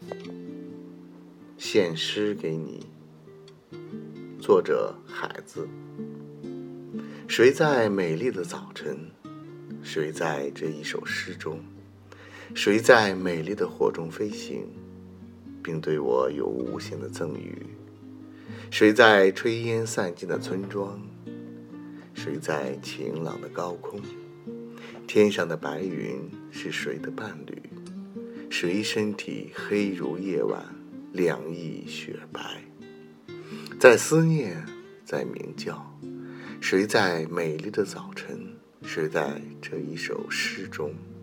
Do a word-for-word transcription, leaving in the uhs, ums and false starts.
献诗给你。作者海子。谁在美丽的早晨？谁在这一首诗中？谁在美丽的火中飞行，并对我有无限的赠予？谁在炊烟散尽的村庄？谁在晴朗的高空？天上的白云是谁的伴侣？谁身体黑如夜晚，两翼雪白？在思念，在鸣叫，谁在美丽的早晨？谁在这一首诗中？